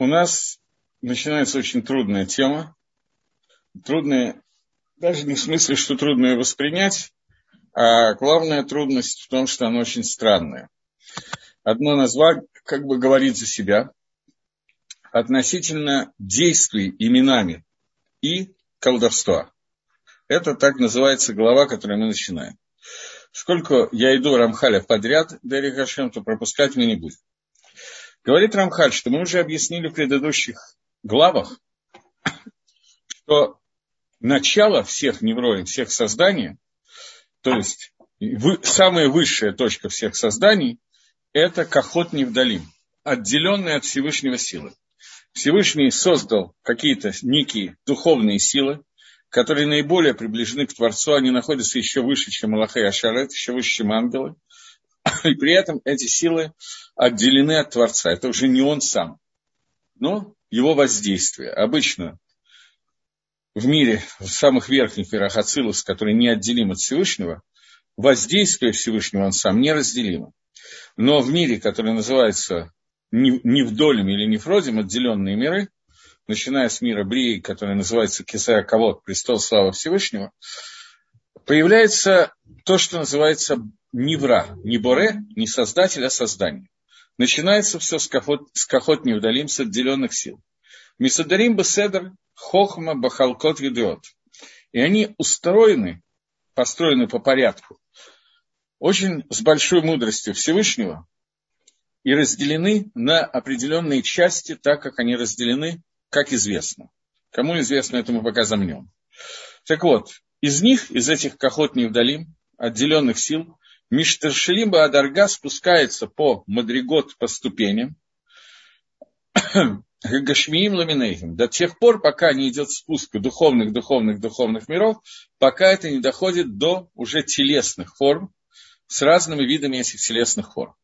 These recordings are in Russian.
у нас начинается очень трудная тема. Трудная, даже не в смысле, что трудно ее воспринять, а главная трудность в том, что она очень странная. Одно название как бы говорит за себя относительно действий именами и колдовства. Это так называется глава, которую мы начинаем. Сколько я иду Рамхаля подряд, Дери Хашем, то пропускать мы не будем. Говорит Рамхаль, что мы уже объяснили в предыдущих главах, что начало всех невроем, всех созданий, то есть самая высшая точка всех созданий, это Кахот Невдалим, отделенная от Всевышнего силы. Всевышний создал какие-то некие духовные силы, которые наиболее приближены к Творцу, они находятся еще выше, чем Малахей и Ашарет, еще выше, чем ангелы, и при этом эти силы отделены от Творца. Это уже не он сам, но его воздействие. Обычно в мире, в самых верхних мирах Ацилус, который неотделим от Всевышнего, воздействие Всевышнего он сам неразделимо. Но в мире, который называется Невдолем или Нефродим, отделенные миры, начиная с мира Брии, который называется Кисая Кавод, престол славы Всевышнего, появляется то, что называется Невра, не Боре, не создатель, а создание. Начинается все с Кахот Невдалим, с отделенных сил. Мисадарим Беседер, Хохма, Бахалкот, Видеот. И они построены по порядку, очень с большой мудростью Всевышнего, и разделены на определенные части, так как они разделены, как известно. Кому известно, это мы пока замнем. Так вот, из них, из этих Кахот Невдалим, отделенных сил, Миштаршилим Баадарга спускается по мадригот, по ступеням, Гашмиим Ламинейхим, до тех пор, пока не идет спуск духовных миров, пока это не доходит до уже телесных форм, с разными видами этих телесных форм.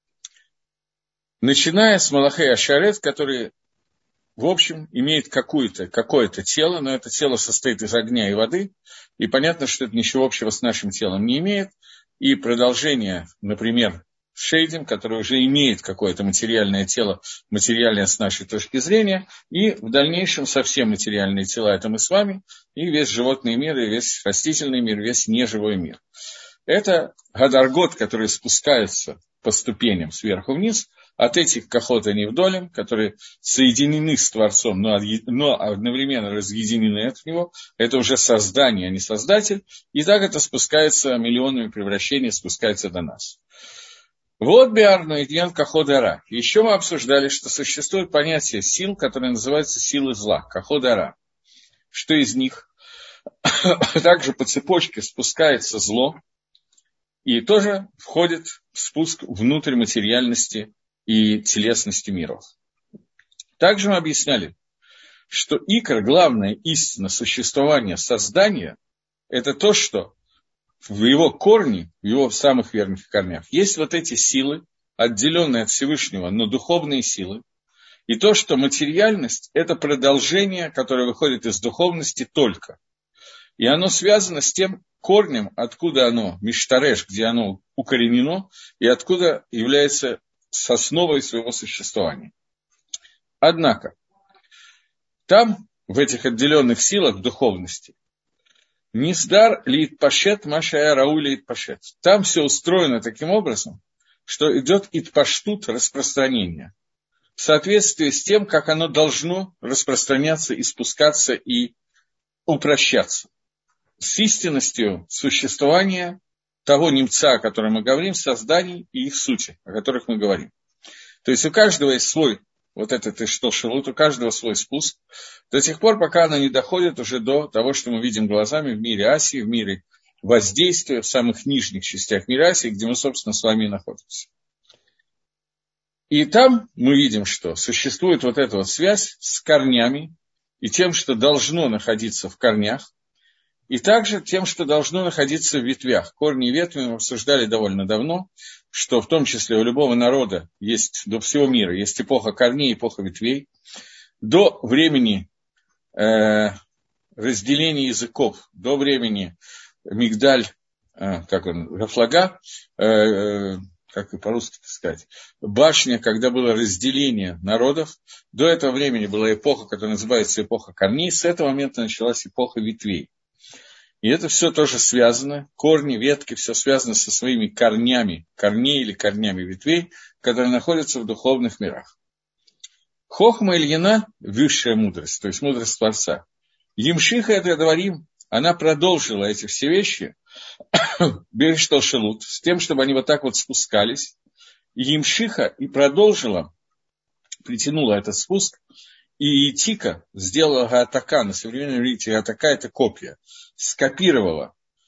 Начиная с Малахей Ашарет, который, в общем, имеет какое-то тело, но это тело состоит из огня и воды, и понятно, что это ничего общего с нашим телом не имеет, и продолжение, например, Шейдим, который уже имеет какое-то материальное тело, материальное с нашей точки зрения, и в дальнейшем совсем материальные тела, это мы с вами, и весь животный мир, и весь растительный мир, весь неживой мир. Это Гадаргот, которые спускаются по ступеням сверху вниз, от этих Кахот Невдолим, которые соединены с Творцом, но одновременно разъединены от него, это уже создание, а не создатель, и так это спускается миллионами превращений, спускается до нас. Вот Биарну и Дьян Кахот Ара. Еще мы обсуждали, что существует понятие сил, которые называются силы зла, Кахот Ара. Что из них также по цепочке спускается зло, и тоже входит в спуск внутрь материальности и телесности миров. Также мы объясняли, что икор, главная истина существования создания, это то, что в его корне, в его самых верных корнях, есть вот эти силы, отделенные от Всевышнего, но духовные силы, и то, что материальность – это продолжение, которое выходит из духовности только. И оно связано с тем корнем, откуда оно, Миштареш, где оно укоренено, и откуда является основой своего существования. Однако, там, в этих отделенных силах духовности, Низдар лит пашет, машая рау лит пашет. Там все устроено таким образом, что идет итпаштут, распространение, в соответствии с тем, как оно должно распространяться и спускаться и упрощаться. С истинностью существования того немца, о котором мы говорим, созданий и их сути, о которых мы говорим. То есть у каждого есть свой, вот этот иштошелут, у каждого свой спуск, до тех пор, пока оно не доходит уже до того, что мы видим глазами в мире Асии, в мире воздействия, в самых нижних частях мира Асии, где мы, собственно, с вами и находимся. И там мы видим, что существует вот эта вот связь с корнями и тем, что должно находиться в корнях, и также тем, что должно находиться в ветвях. Корни и ветви мы обсуждали довольно давно, что в том числе у любого народа есть, до всего мира, есть эпоха корней, эпоха ветвей. До времени разделения языков, до времени Мигдаль, Гафлага, как и по-русски сказать, башня, когда было разделение народов. До этого времени была эпоха, которая называется эпоха корней. С этого момента началась эпоха ветвей. И это все тоже связано, корни, ветки, все связано со своими корнями, корней или корнями ветвей, которые находятся в духовных мирах. Хохма Ильина – высшая мудрость, то есть мудрость Творца. Ямшиха, это говорим, она продолжила эти все вещи, Берештал Шелут, с тем, чтобы они вот так вот спускались. И Ямшиха и продолжила, притянула этот спуск, и Итика сделала Гаатака, на современном иврите Гаатака – это копия, скопировала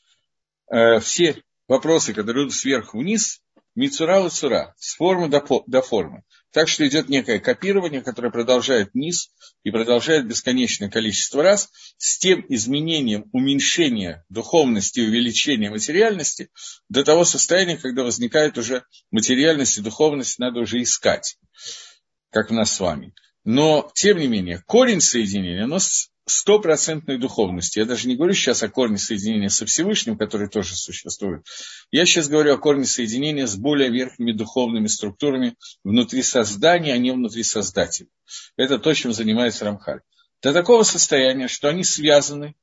все вопросы, которые идут сверху вниз, мицура лацура, с формы до формы. Так что идет некое копирование, которое продолжает вниз и продолжает бесконечное количество раз, с тем изменением, уменьшения духовности и увеличения материальности до того состояния, когда возникает уже материальность и духовность, надо уже искать, как у нас с вами. Но, тем не менее, корень соединения, оно стопроцентной духовности. Я даже не говорю сейчас о корне соединения со Всевышним, который тоже существует. Я сейчас говорю о корне соединения с более верхними духовными структурами внутри создания, а не внутри создателя. Это то, чем занимается Рамхаль. До такого состояния, что они связаны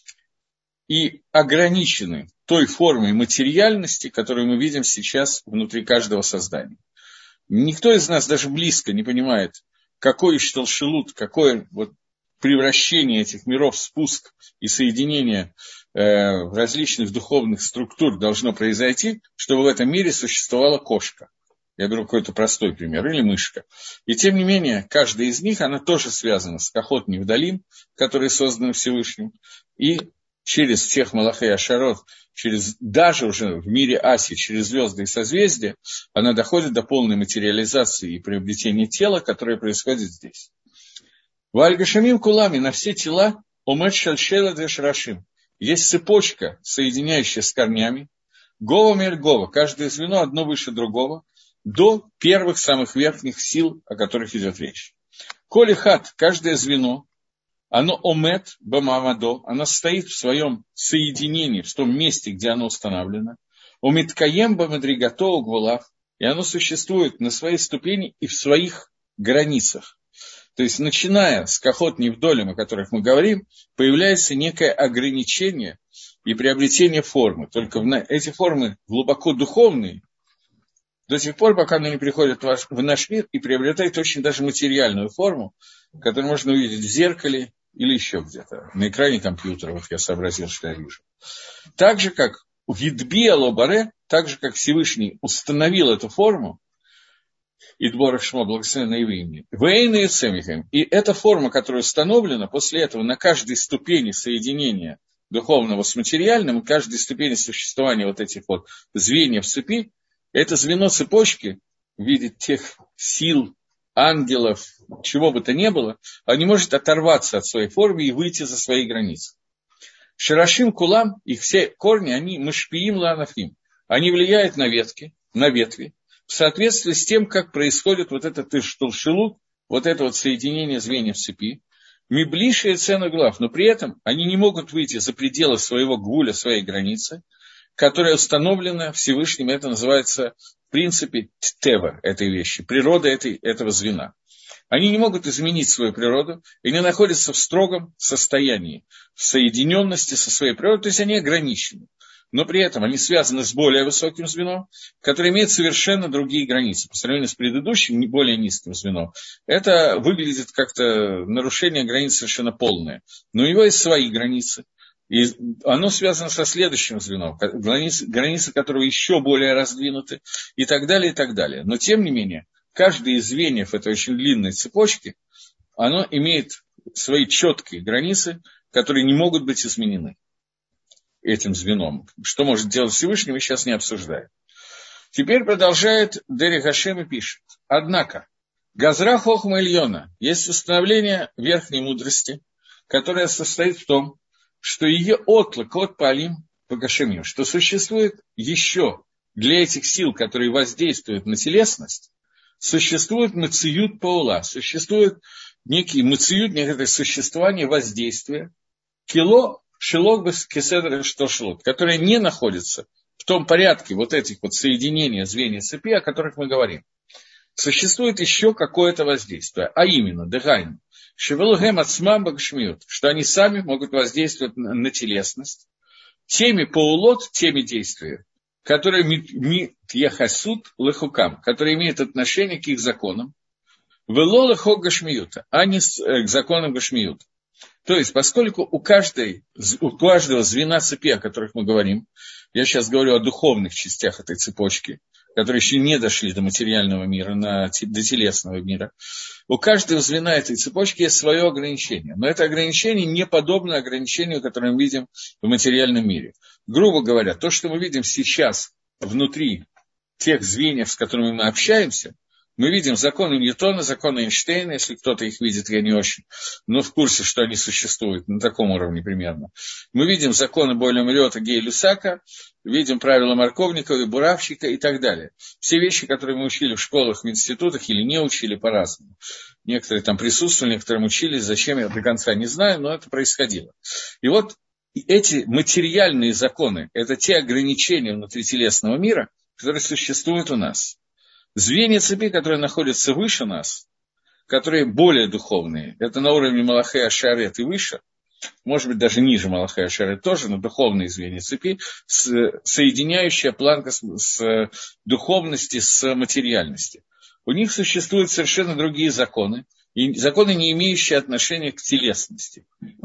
и ограничены той формой материальности, которую мы видим сейчас внутри каждого создания. Никто из нас даже близко не понимает, какой ишталшелут, какое вот превращение этих миров, спуск и соединение различных духовных структур должно произойти, чтобы в этом мире существовала кошка. Я беру какой-то простой пример, или мышка. И тем не менее, каждая из них, она тоже связана с Кахот Невдалим, которые созданы Всевышним, и через всех Малахей Ашарот, через даже уже в мире Аси, через звезды и созвездия, она доходит до полной материализации и приобретения тела, которое происходит здесь. В Аль-Гашамим Кулами на все тела Омет Шальшела Дешрашим. Есть цепочка, соединяющая с корнями, Гова Мельгова, каждое звено одно выше другого, до первых самых верхних сил, о которых идет речь. Коли хат, каждое звено, оно омет бамамадо, оно стоит в своем соединении, в том месте, где оно установлено. Омиткаем бамадригато гвулав, и оно существует на своей ступени и в своих границах. То есть, начиная с Кахот Невдолим, о которых мы говорим, появляется некое ограничение и приобретение формы. Только эти формы глубоко духовные, до тех пор, пока они не приходят в наш мир и приобретают очень даже материальную форму, которую можно увидеть в зеркале или еще где-то, на экране компьютера, вот я сообразил, что я вижу. Так же, как в Идби Алобаре, так же, как Всевышний установил эту форму, и Дборах Шмо, благословенное его имя, Вейна и Цемихем. И эта форма, которая установлена, после этого на каждой ступени соединения духовного с материальным, каждой ступени существования вот этих вот звеньев цепи, это звено цепочки в виде тех сил, ангелов, чего бы то ни было, оно не может оторваться от своей формы и выйти за свои границы. Шарашим Кулам, их все корни, они мышпиим ланафим, они влияют на ветки, на ветви, в соответствии с тем, как происходит вот этот ишталшелут, вот это вот соединение звеньев цепи, миблиша и цена глав, но при этом они не могут выйти за пределы своего гуля, своей границы, которая установлена Всевышним, это называется в принципе тева этой вещи, природа этого звена. Они не могут изменить свою природу, и не находятся в строгом состоянии, в соединенности со своей природой, то есть они ограничены. Но при этом они связаны с более высоким звеном, которое имеет совершенно другие границы. По сравнению с предыдущим, более низким звеном, это выглядит как-то нарушение границ совершенно полное. Но у него есть свои границы. И оно связано со следующим звеном, границы которого еще более раздвинуты, и так далее, и так далее. Но тем не менее, каждое из звеньев этой очень длинной цепочки, оно имеет свои четкие границы, которые не могут быть изменены этим звеном. Что может делать Всевышний, мы сейчас не обсуждаем. Теперь продолжает Дери Хашем и пишет. Однако, Газра Хохма Ильона, есть установление верхней мудрости, которая состоит в том, что ее отлак от Палим Пагашемим, что существует еще для этих сил, которые воздействуют на телесность, существует мациют паула, существует некий мациют, некое существование воздействия, кило шелок без кеседра что шлот, которое не находится в том порядке вот этих вот соединений звеньев цепи, о которых мы говорим, существует еще какое-то воздействие, а именно, дыхайм, шевелугэм ацмам багшмиют, что они сами могут воздействовать на телесность, теми паулот, теми действиями, которые яхасут лехукам, которые имеют отношение к их законам, вело лехок гашмиюта, а не к законам гашмиюта. То есть, поскольку у каждого звена цепи, о которых мы говорим, я сейчас говорю о духовных частях этой цепочки, которые еще не дошли до материального мира, до телесного мира, у каждого звена этой цепочки есть свое ограничение. Но это ограничение не подобно ограничению, которое мы видим в материальном мире. Грубо говоря, то, что мы видим сейчас внутри тех звеньев, с которыми мы общаемся, мы видим законы Ньютона, законы Эйнштейна, если кто-то их видит, я не очень, но в курсе, что они существуют на таком уровне примерно. Мы видим законы Бойля-Меллиота, Гей-Люсака, видим правила Марковникова и Буравчика и так далее. Все вещи, которые мы учили в школах, в институтах или не учили по-разному. Некоторые там присутствовали, некоторым учились, зачем я до конца не знаю, но это происходило. И вот эти материальные законы, это те ограничения внутри телесного мира, которые существуют у нас. Звенья цепи, которые находятся выше нас, которые более духовные, это на уровне Малахей Ашарет и выше, может быть, даже ниже Малахей Ашарет тоже, но духовные звенья цепи, соединяющая планка с духовности с материальности. У них существуют совершенно другие законы, и законы, не имеющие отношения к телесности.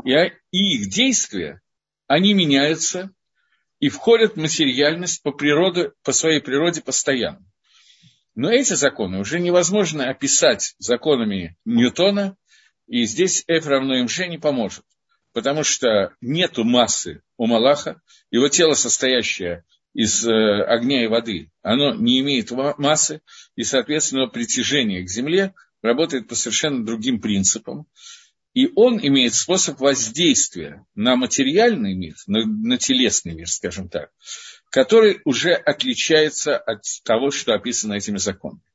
И их действия, они меняются и входят в материальность по своей природе постоянно. Но эти законы уже невозможно описать законами Ньютона, и здесь F равно МЖ не поможет, потому что нету массы у Малаха, его тело, состоящее из огня и воды, оно не имеет массы, и, соответственно, притяжение к земле работает по совершенно другим принципам, и он имеет способ воздействия на материальный мир, на телесный мир, скажем так, который уже отличается от того, что описано этими законами.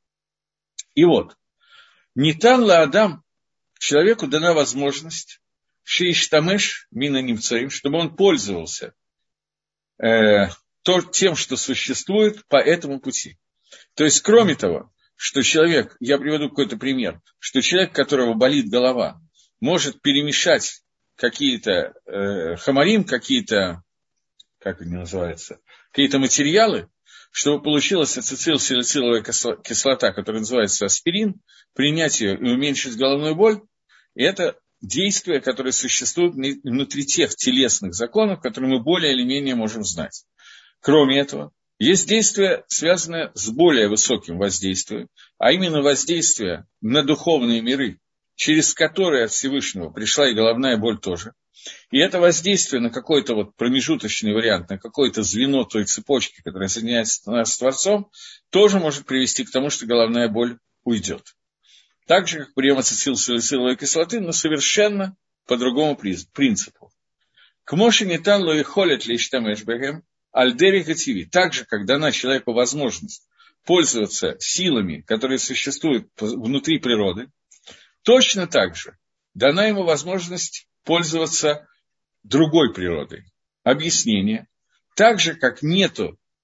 И вот, Нитан ла-Адам, человеку дана возможность, шейштамеш мина нимцарим, чтобы он пользовался тем, что существует по этому пути. То есть, кроме того, что человек, я приведу какой-то пример, что человек, у которого болит голова, может перемешать какие-то хамарим, какие-то, как они называются, какие-то материалы, чтобы получилась ацетилсалициловая кислота, которая называется аспирин, принять ее и уменьшить головную боль, и это действия, которые существуют внутри тех телесных законов, которые мы более или менее можем знать. Кроме этого, есть действия, связанные с более высоким воздействием, а именно воздействие на духовные миры, через которые от Всевышнего пришла и головная боль тоже. И это воздействие на какой-то вот промежуточный вариант, на какое-то звено той цепочки, которая соединяется нас с Творцом, тоже может привести к тому, что головная боль уйдет. Так же, как прием ацетилсалициловой кислоты, но совершенно по другому принципу. К Моше нитан ло ихолет лейштамеш бэгэм альдери гативи. Также, как дана человеку возможность пользоваться силами, которые существуют внутри природы, точно так же дана ему возможность пользоваться другой природой. Объяснение. Так же, как нет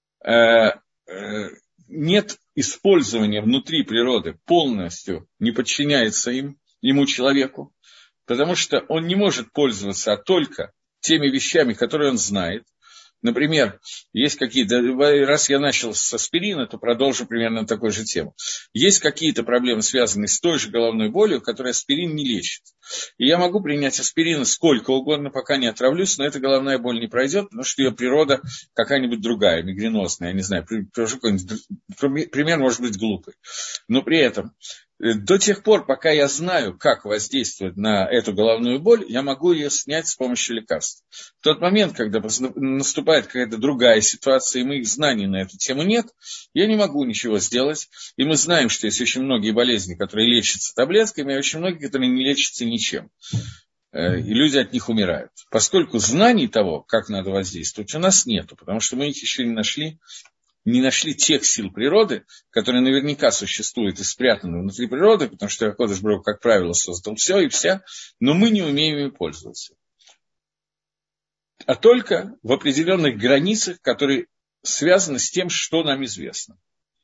использования внутри природы, полностью не подчиняется ему человеку, потому что он не может пользоваться только теми вещами, которые он знает. Например, есть какие-то, раз я начал с аспирина, то продолжу примерно такой же тему. Есть какие-то проблемы, связанные с той же головной болью, которую аспирин не лечит. И я могу принять аспирина сколько угодно, пока не отравлюсь, но эта головная боль не пройдет, потому что ее природа какая-нибудь другая, мигренозная, я не знаю, пример может быть глупый. Но при этом до тех пор, пока я знаю, как воздействовать на эту головную боль, я могу ее снять с помощью лекарств. В тот момент, когда наступает какая-то другая ситуация, и моих знаний на эту тему нет, я не могу ничего сделать. И мы знаем, что есть очень многие болезни, которые лечатся таблетками, а очень многие, которые не лечатся ничем. И люди от них умирают. Поскольку знаний того, как надо воздействовать, у нас нету, потому что мы их еще не нашли тех сил природы, которые наверняка существуют и спрятаны внутри природы, потому что Акодыш Барух, как правило, создал все и вся, но мы не умеем ими пользоваться. А только в определенных границах, которые связано с тем, что нам известно.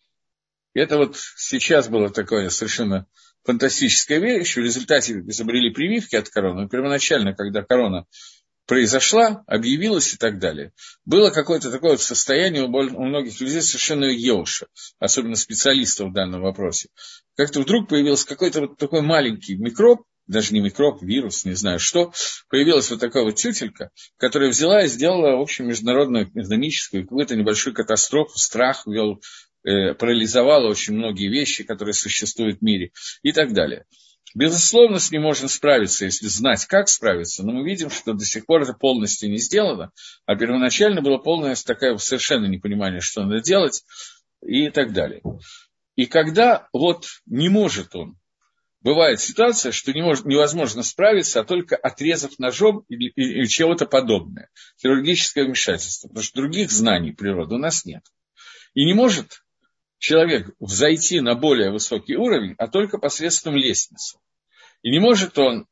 И это вот сейчас было такое совершенно фантастическая вещь. В результате изобрели прививки от короны. Первоначально, когда корона произошла, объявилась и так далее, было какое-то такое вот состояние у многих людей совершенно еуша, особенно специалистов в данном вопросе. Как-то вдруг появился какой-то вот такой маленький микроб, даже не микроб, вирус, не знаю что, появилась вот такая вот тютелька, которая взяла и сделала, в общем, международную экономическую какую-то небольшую катастрофу, страх ввел, парализовала очень многие вещи, которые существуют в мире и так далее. Безусловно, с ним можно справиться, если знать, как справиться, но мы видим, что до сих пор это полностью не сделано, а первоначально было полное такое совершенно непонимание, что надо делать и так далее. И когда вот не может он, бывает ситуация, что невозможно справиться, а только отрезав ножом или чего-то подобное, хирургическое вмешательство, потому что других знаний природы у нас нет. И не может человек взойти на более высокий уровень, а только посредством лестницы. И не может он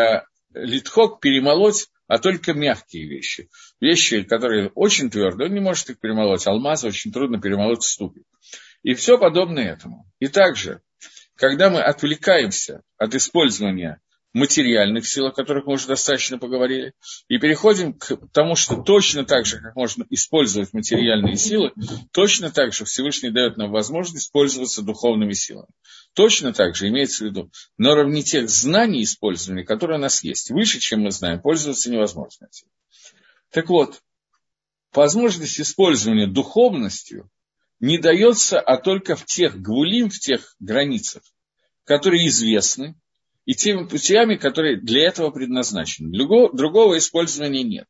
литхок перемолоть, а только мягкие вещи. Вещи, которые очень твердые, он не может их перемолоть. Алмазы очень трудно перемолоть в ступе. И все подобное этому. И также, когда мы отвлекаемся от использования материальных сил, о которых мы уже достаточно поговорили, и переходим к тому, что точно так же, как можно использовать материальные силы, точно так же Всевышний дает нам возможность пользоваться духовными силами. Точно так же имеется в виду на уровне тех знаний использования, которые у нас есть. Выше, чем мы знаем, пользоваться невозможно. Так вот, возможность использования духовностью не дается, а только в тех гвулим, в тех границах, которые известны, и теми путями, которые для этого предназначены. Другого использования нет.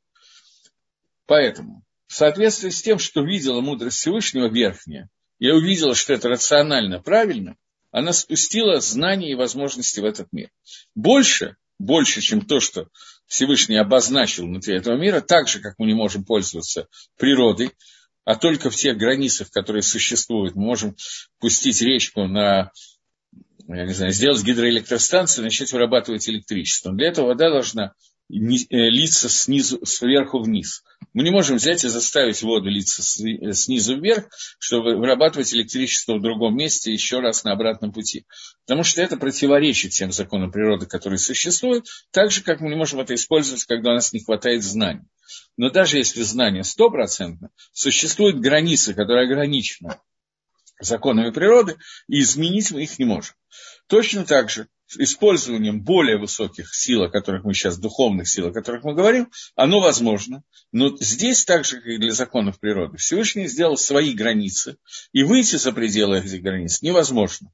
Поэтому, в соответствии с тем, что видела мудрость Всевышнего верхняя, и увидела, что это рационально правильно, она спустила знания и возможности в этот мир. Больше, чем то, что Всевышний обозначил внутри этого мира, так же, как мы не можем пользоваться природой, а только в тех границах, которые существуют, мы можем пустить речку на, я не знаю, сделать гидроэлектростанцию и начать вырабатывать электричество. Для этого вода должна литься сверху вниз. Мы не можем взять и заставить воду литься снизу вверх, чтобы вырабатывать электричество в другом месте еще раз на обратном пути. Потому что это противоречит тем законам природы, которые существуют, так же, как мы не можем это использовать, когда у нас не хватает знаний. Но даже если знания 100%, существуют границы, которые ограничены законами природы, и изменить мы их не можем. Точно так же с использованием более высоких сил, о которых мы сейчас, духовных сил, о которых мы говорим, оно возможно. Но здесь, так же, как и для законов природы, Всевышний сделал свои границы, и выйти за пределы этих границ невозможно.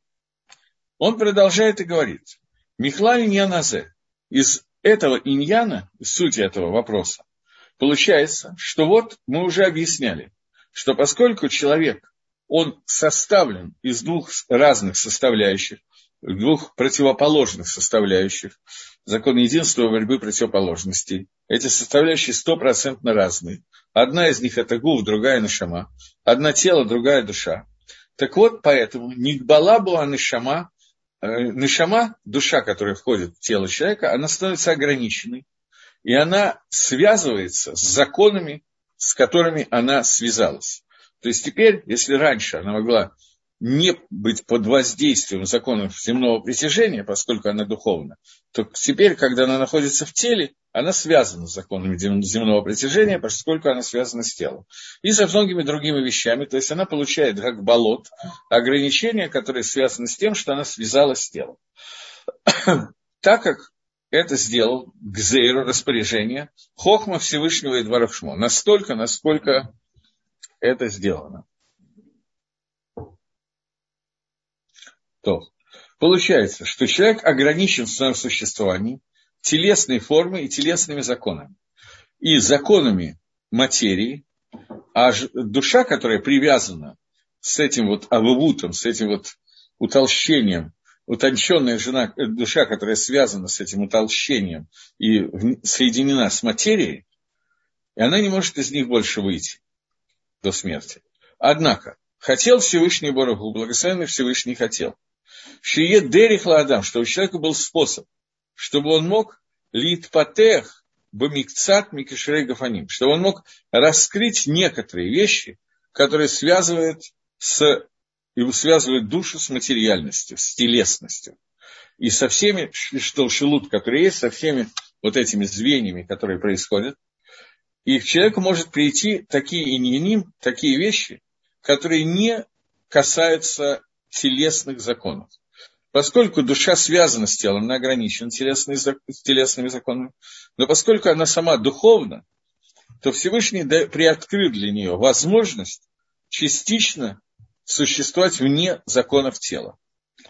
Он продолжает и говорит: «Михлаль иньяназе». Из этого иньяна, из сути этого вопроса, получается, что вот мы уже объясняли, что поскольку человек, он составлен из двух разных составляющих, двух противоположных составляющих, закон единства и борьбы противоположностей. Эти составляющие 100% разные. Одна из них это гуф, другая нешама. Одна тело, другая душа. Так вот, поэтому нигбала была нешама. Нешама, душа, которая входит в тело человека, она становится ограниченной. И она связывается с законами, с которыми она связалась. То есть теперь, если раньше она могла не быть под воздействием законов земного притяжения, поскольку она духовна, то теперь, когда она находится в теле, она связана с законами земного притяжения, поскольку она связана с телом. И со многими другими вещами, то есть она получает как болот, ограничения, которые связаны с тем, что она связалась с телом. Так как это сделал Гзейру, распоряжение, Хохма Всевышнего и Дворов Шмо, настолько, насколько это сделано. То получается, что человек ограничен в своем существовании телесной формой и телесными законами. И законами материи, а душа, которая привязана с этим вот авывутом, с этим вот утолщением, утонченная душа, которая связана с этим утолщением и соединена с материей, и она не может из них больше выйти до смерти. Однако, хотел Всевышний Бороху, благословенный Всевышний хотел, Шие дерихла Адам, чтобы у человека был способ, чтобы он мог литпатех бамикцат микишрей гафаним, чтобы он мог раскрыть некоторые вещи, которое связывает душу с материальностью, с телесностью. И со всеми, что шелут, который есть, со всеми вот этими звеньями, которые происходят. И к человеку может прийти такие иньяним, такие вещи, которые не касаются телесных законов. Поскольку душа связана с телом, она ограничена телесными законами, но поскольку она сама духовна, то Всевышний приоткрыл для нее возможность частично существовать вне законов тела.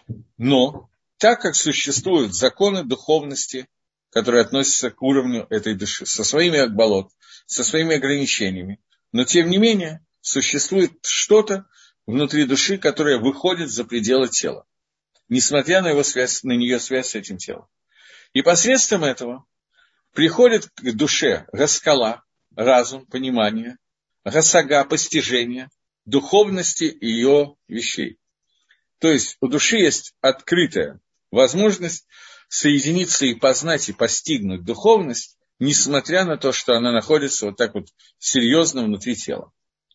Но так как существуют законы духовности, которые относятся к уровню этой души, со своими агбалот, со своими ограничениями, но тем не менее существует что-то внутри души, которое выходит за пределы тела, несмотря на нее связь с этим телом. И посредством этого приходит к душе гаскала, разум, понимание, гасага, постижение духовности ее вещей. То есть у души есть открытая возможность соединиться и познать, и постигнуть духовность, несмотря на то, что она находится вот так вот серьезно внутри тела.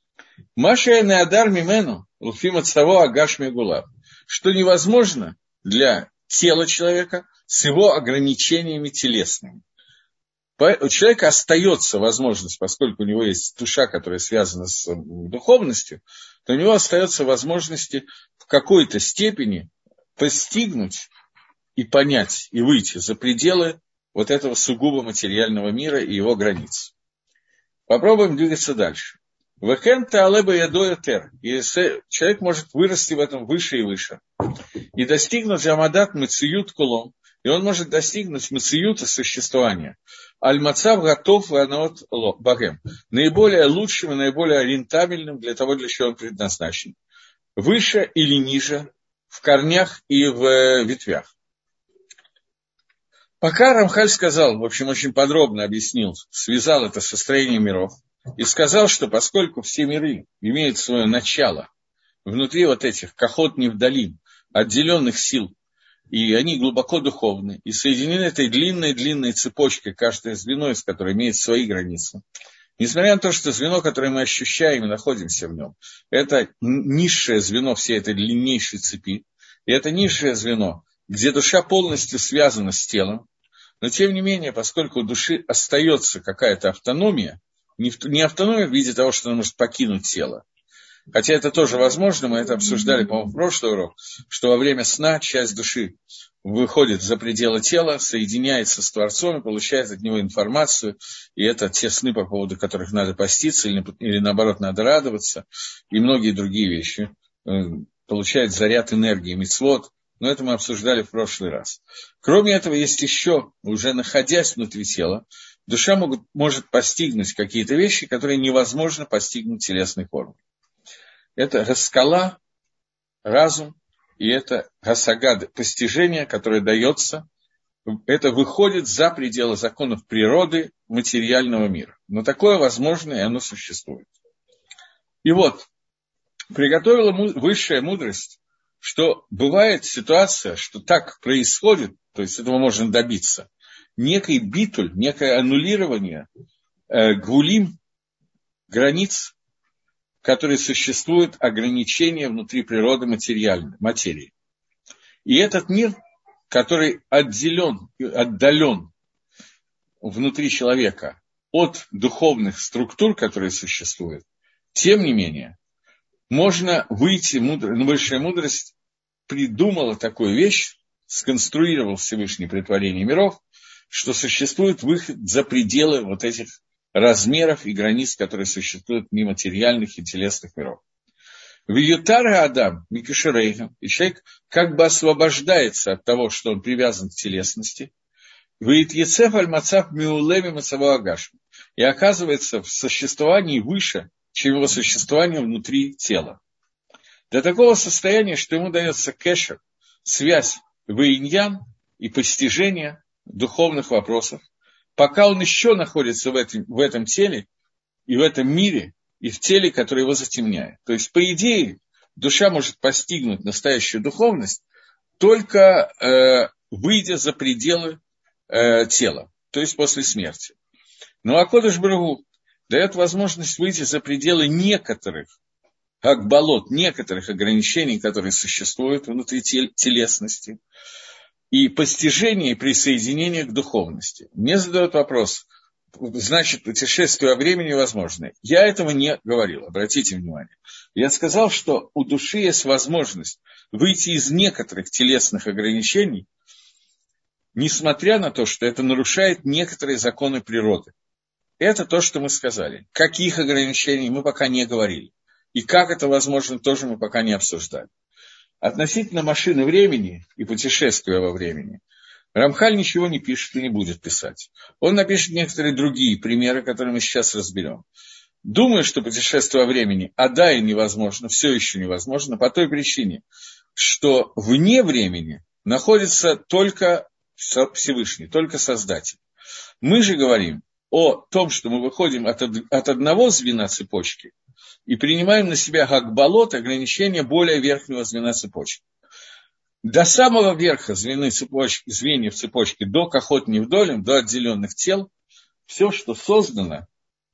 Маша неадар мимену луфима цаво агаш мегулав, что невозможно для тела человека с его ограничениями телесными. У человека остается возможность, поскольку у него есть душа, которая связана с духовностью, то у него остается возможность в какой-то степени постигнуть и понять, и выйти за пределы вот этого сугубо материального мира и его границ. Попробуем двигаться дальше. Вэхэн таалеба ядоя тер. И человек может вырасти в этом выше и выше. И достигнуть джамадат мециют кулом. И он может достигнуть мециюта существования. Аль-мацав готов ванаот багем. Наиболее лучшим и наиболее ориентабельным для того, для чего он предназначен. Выше или ниже, в корнях и в ветвях. Пока Рамхаль сказал, в общем, очень подробно объяснил, связал это со строением миров, и сказал, что поскольку все миры имеют свое начало внутри вот этих кахот невдалим, отделенных сил, и они глубоко духовны, и соединены этой длинной-длинной цепочкой, каждое звено из которой имеет свои границы. Несмотря на то, что звено, которое мы ощущаем и находимся в нем, это низшее звено всей этой длиннейшей цепи, и это низшее звено, где душа полностью связана с телом, но тем не менее, поскольку у души остается какая-то автономия, не автономия в виде того, что она может покинуть тело, хотя это тоже возможно, мы это обсуждали, по-моему, в прошлый урок, что во время сна часть души выходит за пределы тела, соединяется с Творцом и получает от него информацию, и это те сны, по поводу которых надо поститься или наоборот надо радоваться, и многие другие вещи, получает заряд энергии, мицвот, но это мы обсуждали в прошлый раз. Кроме этого, есть еще, уже находясь внутри тела, душа может постигнуть какие-то вещи, которые невозможно постигнуть телесной формой. Это гаскала, разум, и это гасагад, постижение, которое дается, это выходит за пределы законов природы материального мира. Но такое возможно, и оно существует. И вот, приготовила высшая мудрость, что бывает ситуация, что так происходит, то есть этого можно добиться, некий битуль, некое аннулирование гвулим, границ, которые существуют, ограничения внутри природы материи. И этот мир, который отделен, отдален внутри человека от духовных структур, которые существуют, тем не менее, можно выйти, высшая мудрость придумала такую вещь, сконструировал Всевышний при творении миров, что существует выход за пределы вот этих размеров и границ, которые существуют мимо материальных и телесных миров. В Ютара Адам, Микашерейхам, и человек как бы освобождается от того, что он привязан к телесности, выйдет Ецеф аль-Мацав Миулеви Мацаво Агашм, и оказывается в существовании выше, чем его существование внутри тела. До такого состояния, что ему дается кешер, связь вейньян и постижение духовных вопросов, пока он еще находится в этом теле и в этом мире, и в теле, которое его затемняет. То есть, по идее, душа может постигнуть настоящую духовность, только выйдя за пределы тела, то есть после смерти. Но Акодыш Барух Ху дает возможность выйти за пределы некоторых гагбалот, некоторых ограничений, которые существуют внутри телесности, и постижение и присоединение к духовности. Мне задают вопрос, значит, путешествие во времени возможно. Я этого не говорил, обратите внимание. Я сказал, что у души есть возможность выйти из некоторых телесных ограничений, несмотря на то, что это нарушает некоторые законы природы. Это то, что мы сказали. Каких ограничений мы пока не говорили. И как это возможно, тоже мы пока не обсуждали. Относительно машины времени и путешествия во времени, Рамхаль ничего не пишет и не будет писать. Он напишет некоторые другие примеры, которые мы сейчас разберем. Думаю, что путешествие во времени, и невозможно, все еще невозможно, по той причине, что вне времени находится только Всевышний, только Создатель. Мы же говорим о том, что мы выходим от одного звена цепочки и принимаем на себя гагбалот, ограничение более верхнего звена цепочки. До самого верха звеньев цепочки, до кахот невдолем, до отделенных тел, все, что создано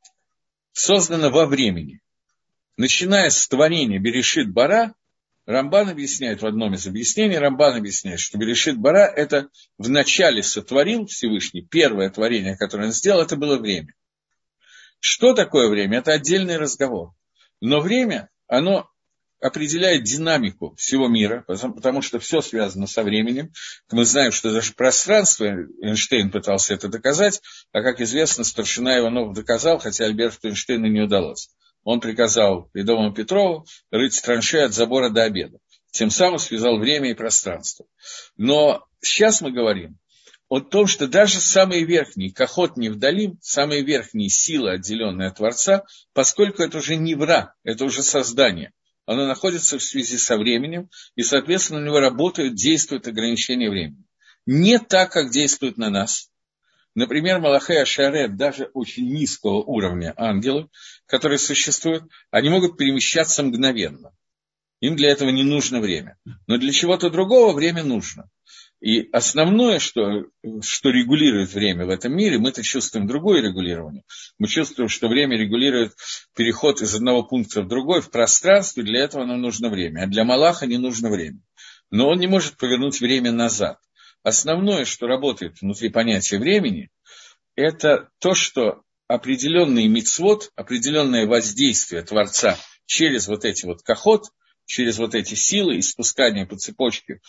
во времени. Начиная с творения Берешит Бара, Рамбан объясняет в одном из объяснений, что Берешит Бара – это вначале сотворил Всевышний, первое творение, которое он сделал, это было время. Что такое время? Это отдельный разговор. Но время, оно определяет динамику всего мира, потому что все связано со временем. Мы знаем, что даже пространство, Эйнштейн пытался это доказать, а, как известно, старшина Иванов доказал, хотя Альберту Эйнштейну не удалось. Он приказал Придомову Петрову рыть траншеи от забора до обеда. Тем самым связал время и пространство. Но сейчас мы говорим о том, что даже самые верхние, кахот невдалим, самые верхние силы, отделенные от Творца, поскольку это уже не вра, это уже создание, оно находится в связи со временем, и, соответственно, у него работают, действуют ограничения времени. Не так, как действуют на нас. Например, Малахей Ашарет, даже очень низкого уровня ангелы, которые существуют, они могут перемещаться мгновенно. Им для этого не нужно время. Но для чего-то другого время нужно. И основное, что регулирует время в этом мире, мы-то чувствуем другое регулирование. Мы чувствуем, что время регулирует переход из одного пункта в другой в пространстве, для этого нам нужно время. А для Малаха не нужно время. Но он не может повернуть время назад. Основное, что работает внутри понятия времени, это то, что определенный мицвот, определенное воздействие Творца через вот эти вот кахот, через вот эти силы и спускание по цепочке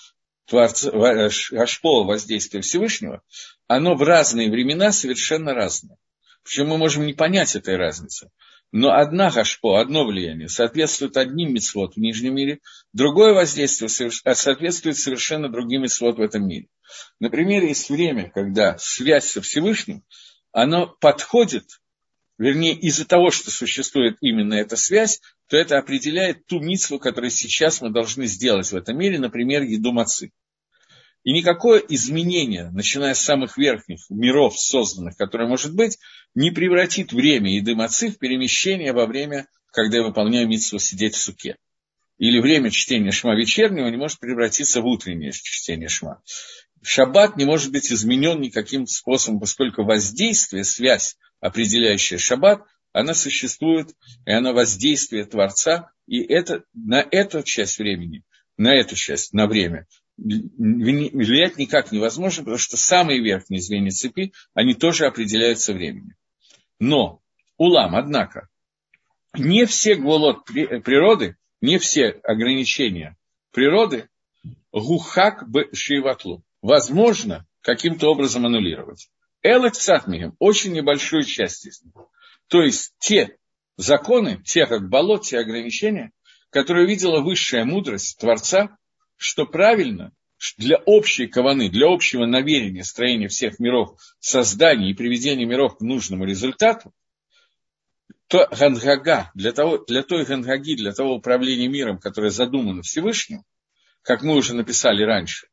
Ашпо, воздействия Всевышнего, оно в разные времена совершенно разное. Причем мы можем не понять этой разницы. Но одна Ашпо, одно влияние соответствует одним мицвот в нижнем мире, другое воздействие соответствует совершенно другим мицвот в этом мире. Например, есть время, когда связь со Всевышним, она подходит, вернее, из-за того, что существует именно эта связь, то это определяет ту мицву, которую сейчас мы должны сделать в этом мире, например, еду мацы. И никакое изменение, начиная с самых верхних миров созданных, которые может быть, не превратит время еды мацы в перемещение во время, когда я выполняю мицву сидеть в суке. Или время чтения шма вечернего не может превратиться в утреннее чтение шма. Шаббат не может быть изменен никаким способом, поскольку воздействие, связь, определяющая шаббат, она существует, и она воздействие Творца, и это, на эту часть времени, на время, влиять никак невозможно, потому что самые верхние звенья цепи, они тоже определяются временем. Но, однако, не все гвулот природы, не все ограничения природы гухак б шиватлу возможно каким-то образом аннулировать. Элек сатмигем, очень небольшую часть из них. То есть те законы, те гагбалот, те ограничения, которые видела высшая мудрость Творца, что правильно для общей каваны, для общего намерения строения всех миров, создания и приведения миров к нужному результату, то гангага, для той гангаги, для того управления миром, которое задумано Всевышним, как мы уже написали раньше,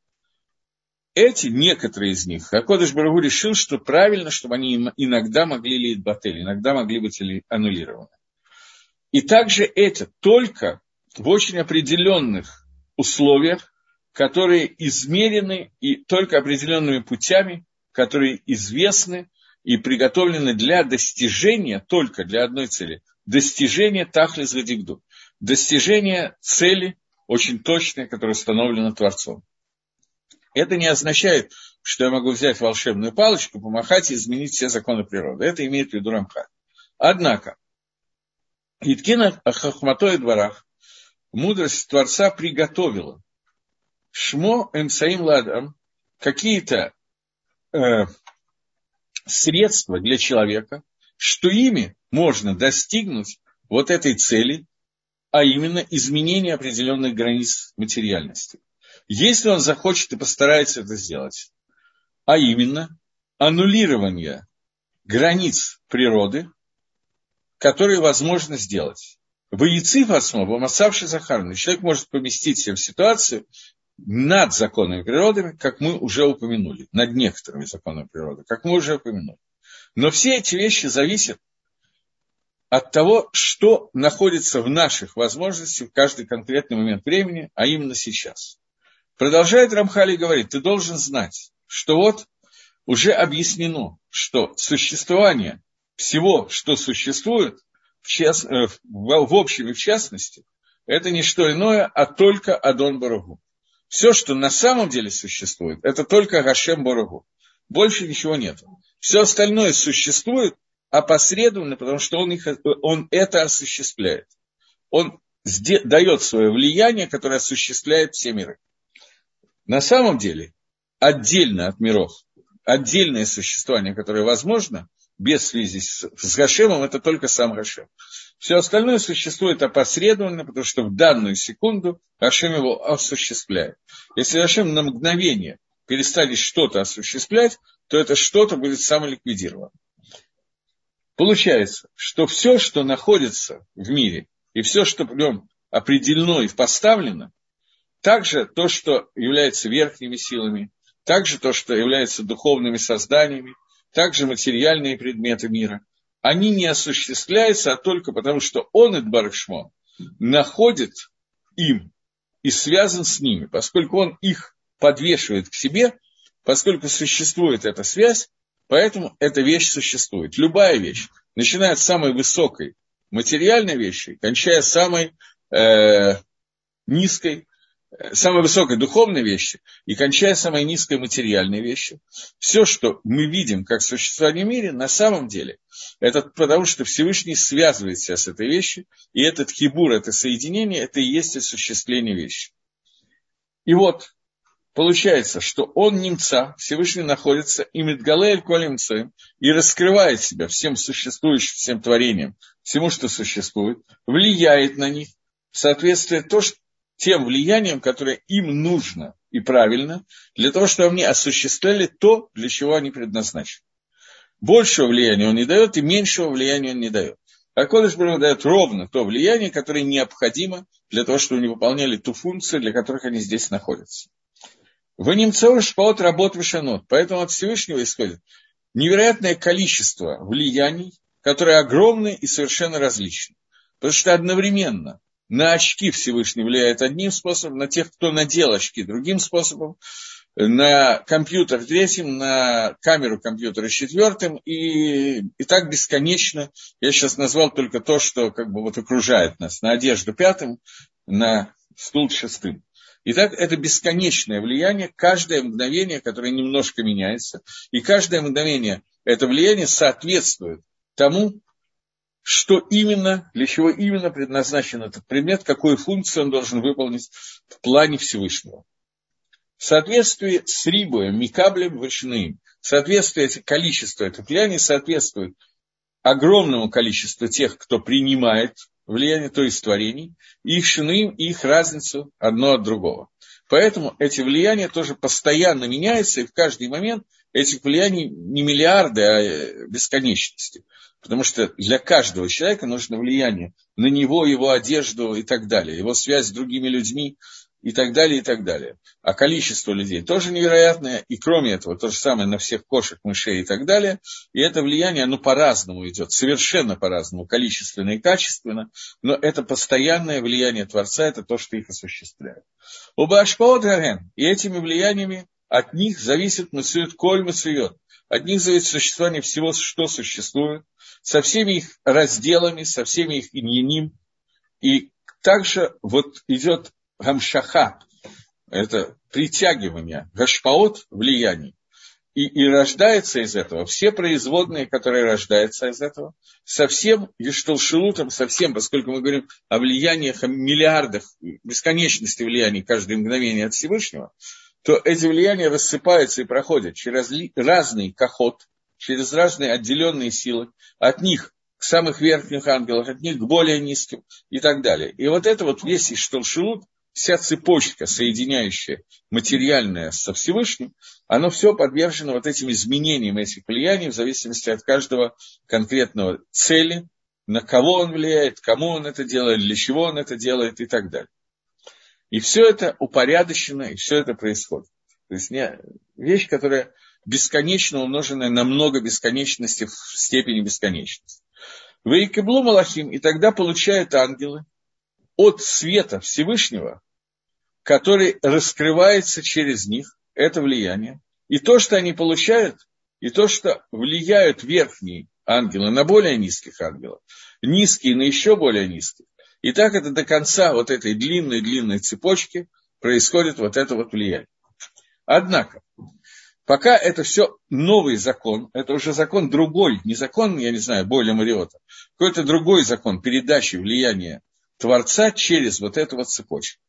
некоторые из них, Акодыш Барух Ху решил, что правильно, чтобы они иногда могли лейтбатель, иногда могли быть аннулированы. И также это только в очень определенных условиях, которые измерены и только определенными путями, которые известны и приготовлены для достижения, только для одной цели, достижения тахлис гадигду. достижение цели очень точной, которая установлена Творцом. Это не означает, что я могу взять волшебную палочку, помахать и изменить все законы природы. Это имеет в виду Рамхаль. Однако, Иткина Хахматой дворах, мудрость Творца приготовила Шмо Эмсаим Ладам, какие-то средства для человека, что ими можно достигнуть вот этой цели, а именно изменение определенных границ материальности. Если он захочет и постарается это сделать, а именно аннулирование границ природы, которые возможно сделать. В Яцив основу, Масавши Захарный, человек может поместить себя в ситуацию над законами природы, как мы уже упомянули, над некоторыми законами природы, как мы уже упомянули. Но все эти вещи зависят от того, что находится в наших возможностях в каждый конкретный момент времени, а именно сейчас. Продолжает Рамхаль и говорит, ты должен знать, что вот уже объяснено, что существование всего, что существует, в общем и в частности, это не что иное, а только Адон Баругу. Все, что на самом деле существует, это только Гашем Баругу. Больше ничего нет. Все остальное существует опосредованно, потому что он это осуществляет. Он дает свое влияние, которое осуществляет все миры. На самом деле, отдельно от миров, отдельное существование, которое возможно, без связи с Гашемом, это только сам Гашем. Все остальное существует опосредованно, потому что в данную секунду Гашем его осуществляет. Если Гашем на мгновение перестанет что-то осуществлять, то это что-то будет самоликвидировано. Получается, что все, что находится в мире, и все, что в нем определено и поставлено, также то, что является верхними силами, также то, что является духовными созданиями, также материальные предметы мира, они не осуществляются, а только потому, что он, Идбарах Шмо, находит им и связан с ними, поскольку он их подвешивает к себе, поскольку существует эта связь, поэтому эта вещь существует. Любая вещь, начиная от самой высокой материальной вещи, кончая самой низкой, самой высокой духовной вещи и кончая самой низкой материальной вещи. Все, что мы видим как существование в мире, на самом деле, это потому, что Всевышний связывает себя с этой вещью, и этот хибур, это соединение, это и есть осуществление вещи. И вот, получается, что он немца, Всевышний находится, и Мидгалель Колемцем, и раскрывает себя всем существующим, всем творением, всему, что существует, влияет на них, в соответствии тем влиянием, которое им нужно и правильно, для того, чтобы они осуществляли то, для чего они предназначены. Большего влияния он не дает, и меньшего влияния он не дает. А Кодеш Барух дает ровно то влияние, которое необходимо для того, чтобы они выполняли ту функцию, для которых они здесь находятся. В немцовый шпаот работ вишанот, поэтому от Всевышнего исходит невероятное количество влияний, которые огромны и совершенно различны. Потому что одновременно на очки Всевышний влияет одним способом, на тех, кто надел очки, другим способом, на компьютер третьим, на камеру компьютера четвертым, и так бесконечно. Я сейчас назвал только то, что как бы вот окружает нас, на одежду пятым, на стул шестым. Итак, это бесконечное влияние, каждое мгновение, которое немножко меняется, и каждое мгновение это влияние соответствует тому, что именно, для чего именно предназначен этот предмет, какую функцию он должен выполнить в плане Всевышнего. В соответствии с Рибуем, Микаблем, Вышиным, в соответствии количество этих влияний соответствует огромному количеству тех, кто принимает влияние, то есть творений, и их шинуим, и их разницу одно от другого. Поэтому эти влияния тоже постоянно меняются, и в каждый момент этих влияний не миллиарды, а бесконечности. Потому что для каждого человека нужно влияние на него, его одежду и так далее, его связь с другими людьми и так далее, и так далее. А количество людей тоже невероятное, и кроме этого, то же самое на всех кошек, мышей и так далее. И это влияние, оно по-разному идет, совершенно по-разному, количественно и качественно, но это постоянное влияние Творца, это то, что их осуществляет. Оба ашпаот гарен, и этими влияниями от них зависит мацует коль мацует, от них зависит существование всего, что существует, со всеми их разделами, со всеми их иньяним, и также вот идет гамшаха, это притягивание, гашпаот, влияний. И рождается из этого, все производные, которые рождаются из этого, совсем ешталшелутом, совсем, поскольку мы говорим о влияниях, о миллиардах, бесконечности влияний каждое мгновение от Всевышнего, то эти влияния рассыпаются и проходят через разный кахот, через разные отделенные силы, от них к самых верхних ангелов, от них к более низким и так далее. И вот это вот весь ешталшелут, вся цепочка, соединяющая материальное со Всевышним, оно все подвержено вот этим изменениям этих влияний в зависимости от каждого конкретного цели, на кого он влияет, кому он это делает, для чего он это делает и так далее. И все это упорядочено, и все это происходит. То есть вещь, которая бесконечно умноженная на много бесконечности в степени бесконечности. Ваикеблу малахим, и тогда получают ангелы от света Всевышнего, который раскрывается через них, это влияние. И то, что они получают, и то, что влияют верхние ангелы на более низких ангелов, низкие на еще более низких. И так это до конца вот этой длинной-длинной цепочки происходит вот это вот влияние. Однако, пока это все новый закон, это уже закон другой, не закон, я не знаю, Бойля Мариота, какой-то другой закон передачи влияния Творца через вот эту вот цепочку.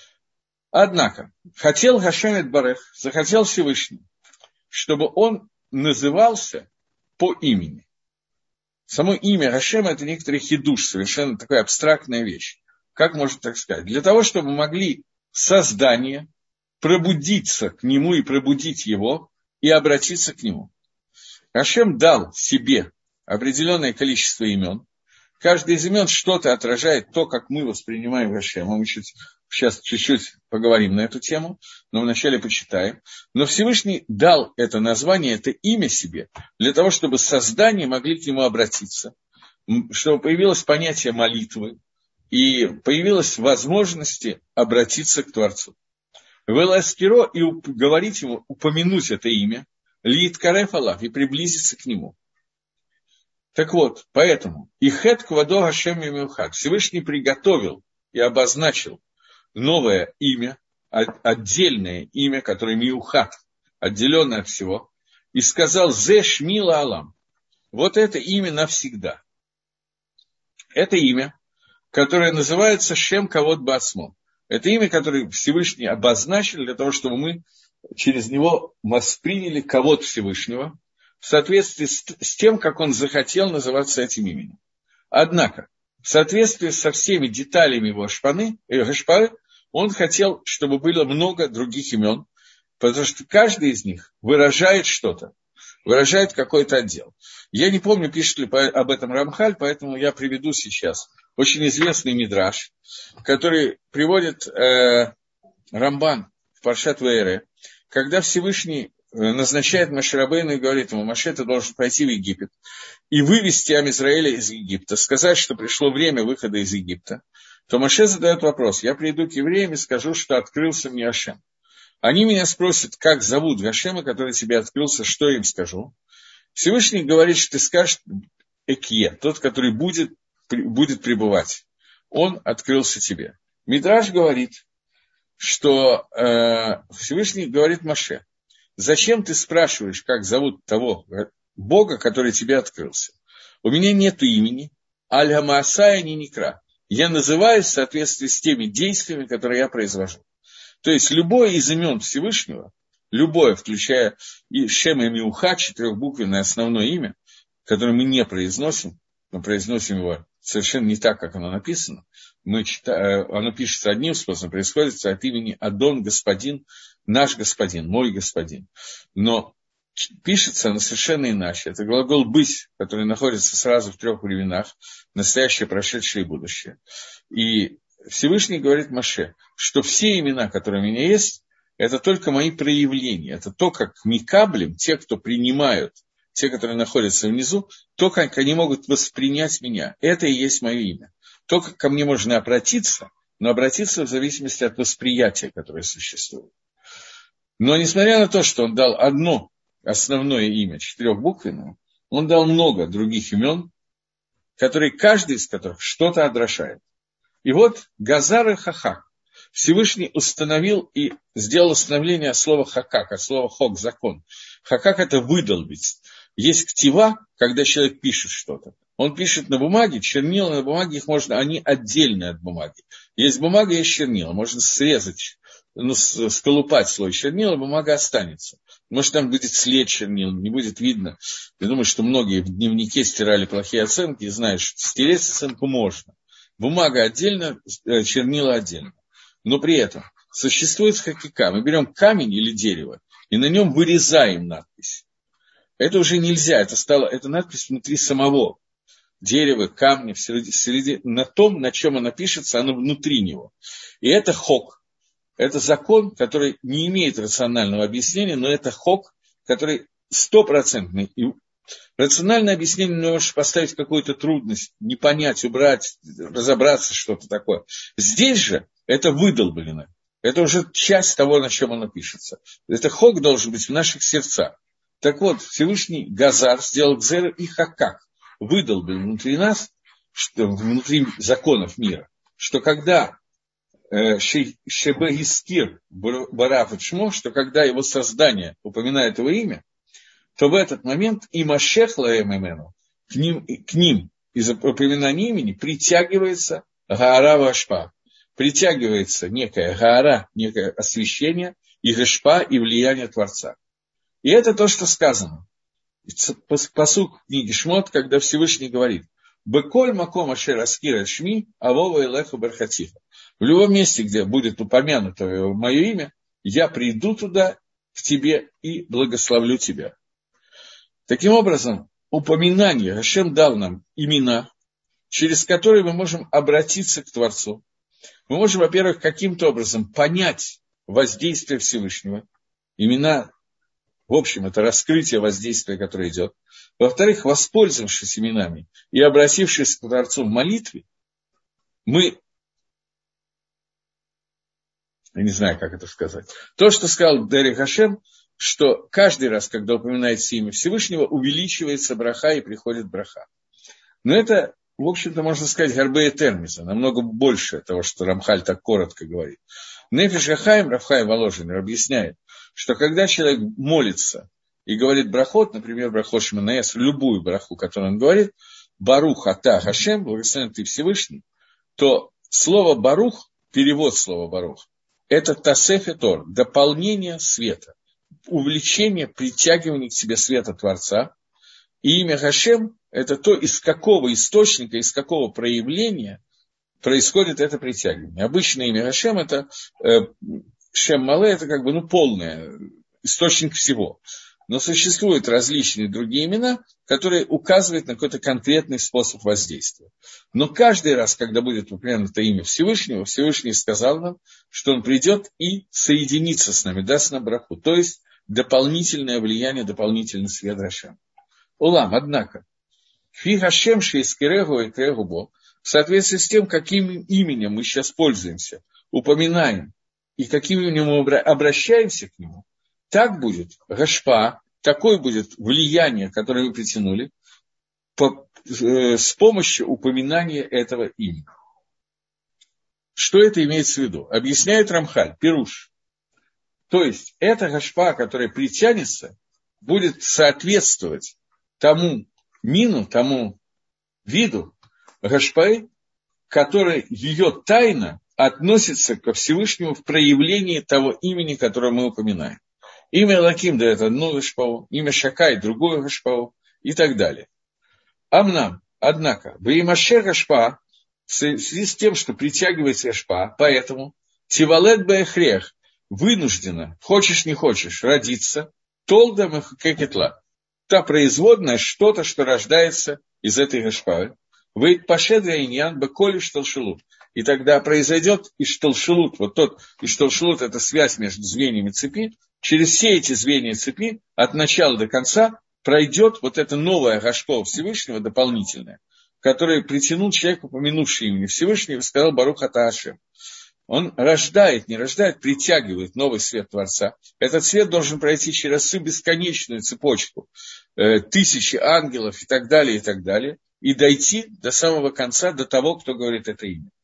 Однако, хотел Гашем Итбарех, захотел Всевышний, чтобы он назывался по имени. Само имя Гашема – это некоторый хидуш, совершенно такая абстрактная вещь. Как можно так сказать? Для того, чтобы могли создание пробудиться к нему и пробудить его, и обратиться к нему. Гашем дал себе определенное количество имен. Каждый из имен что-то отражает то, как мы воспринимаем Гашема. Мы сейчас чуть-чуть поговорим на эту тему, но вначале почитаем. Но Всевышний дал это название, это имя себе, для того, чтобы создания могли к нему обратиться, чтобы появилось понятие молитвы и появилась возможность обратиться к Творцу. Веласкиро и говорить ему, упомянуть это имя, лиит кареф Аллах, и приблизиться к нему. Так вот, поэтому Ихет Квадо Гашем Мимухат, Всевышний приготовил и обозначил новое имя, отдельное имя, которое Миухат, отделенное от всего, и сказал Зе Шмила Алам. Вот это имя навсегда. Это имя, которое называется Шем Кавод Баасмо. Это имя, которое Всевышний обозначил для того, чтобы мы через него восприняли Кавод Всевышнего в соответствии с тем, как он захотел называться этим именем. Однако, в соответствии со всеми деталями его гашпары, он хотел, чтобы было много других имен, потому что каждый из них выражает что-то, выражает какой-то отдел. Я не помню, пишет ли об этом Рамхаль, поэтому я приведу сейчас очень известный мидраш, который приводит Рамбан в Паршат Ваэре, когда Всевышний назначает Моше Рабейну и говорит ему: Моше, ты должен пойти в Египет и вывести Ам Израиля из Египта, сказать, что пришло время выхода из Египта, то Моше задает вопрос: я приду к евреям и скажу, что открылся мне Ашем. Они меня спросят, как зовут Гашема, который тебе открылся, что я им скажу. Всевышний говорит, что ты скажешь Экье, тот, который будет пребывать. Он открылся тебе. Мидраш говорит, что Всевышний говорит Моше: зачем ты спрашиваешь, как зовут того Бога, который тебе открылся? У меня нет имени, Аль-Хамаасая не Никра. Я называюсь в соответствии с теми действиями, которые я произвожу. То есть любое из имен Всевышнего, любое, включая и Шем и Миуха, четырехбуквенное основное имя, которое мы не произносим, мы произносим его совершенно не так, как оно написано. Оно пишется одним способом, происходит от имени Адон, господин, наш господин, мой господин. Но пишется оно совершенно иначе. Это глагол «быть», который находится сразу в трех временах: настоящее, прошедшее и будущее. И Всевышний говорит Моше, что все имена, которые у меня есть, это только мои проявления. Это то, как микаблем, те, кто принимают, те, которые находятся внизу, то, как они могут воспринять меня. Это и есть мое имя. То, как ко мне можно обратиться, но обратиться в зависимости от восприятия, которое существует. Но несмотря на то, что он дал одно основное имя, четырехбуквенное, он дал много других имен, которые, каждый из которых что-то отражает. И вот Газар и Хахак. Всевышний установил и сделал установление слова хакак, от слова хок, закон. Хакак – это выдолбить. Есть ктива, когда человек пишет что-то. Он пишет на бумаге, чернила на бумаге, их можно, они отдельные от бумаги. Есть бумага, есть чернила, можно срезать, сколупать слой чернила, бумага останется. Может, там будет след чернил, не будет видно. Я думаю, что многие в дневнике стирали плохие оценки и знают, что стереть оценку можно. Бумага отдельно, чернила отдельно. Но при этом существует хакика. Мы берем камень или дерево и на нем вырезаем надпись. Это уже нельзя, это надпись внутри самого дерева, камня, на том, на чем она пишется, она внутри него. И это хок. Это закон, который не имеет рационального объяснения, но это хок, который стопроцентный. И рациональное объяснение не можешь поставить какую-то трудность, не понять, убрать, разобраться, что-то такое. Здесь же это выдолблено. Это уже часть того, на чем оно пишется. Это хок должен быть в наших сердцах. Так вот, Всевышний Газар сделал Гзер и Хакак. Выдолбил внутри нас, внутри законов мира, что когда Шебегискир Бараф и Шмо, что когда его создание упоминает его имя, то в этот момент и Машех Лаэмэмену к ним из-за упоминания имени притягивается Гаара Вашпа. Притягивается некая Гаара, некое освещение, и Гашпа, и влияние Творца. И это то, что сказано. Пасук книги Шмот, когда Всевышний говорит: «Беколь маком ашер аскира шми, авова элеху бархатиха». В любом месте, где будет упомянуто мое имя, я приду туда к тебе и благословлю тебя. Таким образом, упоминание, Ашем дал нам имена, через которые мы можем обратиться к Творцу. Мы можем, во-первых, каким-то образом понять воздействие Всевышнего. Имена, в общем, это раскрытие воздействия, которое идет. Во-вторых, воспользовавшись именами и обратившись к Творцу в молитве, мы, я не знаю, как это сказать, то, что сказал Дерих Ашем, что каждый раз, когда упоминается имя Всевышнего, увеличивается браха и приходит браха. Но это, в общем-то, можно сказать, гарбея термиса, намного больше того, что Рамхаль так коротко говорит. Нефиш Хаим, Рафхаим Воложин, объясняет, что когда человек молится и говорит брахот, например, брахот Шманаэс, любую браху, которую он говорит, Барух Ата Хашем, благословен ты Всевышний, то слово Барух, перевод слова Барух, это Тасефе Тор, дополнение света, увлечение, притягивание к себе света Творца. И имя Хашем – это то, из какого источника, из какого проявления происходит это притягивание. Обычное имя Хашем – это Шем Мале, это как бы полное, источник всего. Но существуют различные другие имена, которые указывают на какой-то конкретный способ воздействия. Но каждый раз, когда будет упомянуто имя Всевышнего, Всевышний сказал нам, что он придет и соединится с нами, даст нам браху. То есть дополнительное влияние, дополнительный свет Хашем. Улам, однако, фи Хашем шейскерегу и крегубо, в соответствии с тем, каким именем мы сейчас пользуемся, упоминаем, и каким именем мы обращаемся к нему, так будет гашпа, такое будет влияние, которое вы притянули, с помощью упоминания этого имени. Что это имеется в виду? Объясняет Рамхаль, Пируш. То есть, эта гашпа, которая притянется, будет соответствовать тому мину, тому виду гашпы, который ее тайна относится ко Всевышнему в проявлении того имени, которое мы упоминаем. Имя Лаким дает одну гашпау, имя Шакай другую гашпау и так далее. Амнам, однако, Ваимашер гашпа, в связи с тем, что притягивается гашпа, поэтому Тивалет Беахрех вынуждена, хочешь не хочешь, родиться, Толда Мехакетла, та производная, что-то, что рождается из этой гашпы. Вейт Пашедра Иньян Беколи Шталшилут. И тогда произойдет Ишталшилут, вот тот Ишталшилут, это связь между звеньями цепи, через все эти звенья цепи, от начала до конца, пройдет вот эта новая гашпа Всевышнего, дополнительная, которая притянул человека, упомянувший имени Всевышнего, и сказал Барух ата Ашем. Он рождает, не рождает, притягивает новый свет Творца. Этот свет должен пройти через всю бесконечную цепочку, тысячи ангелов и так далее, и дойти до самого конца, до того, кто говорит это имя.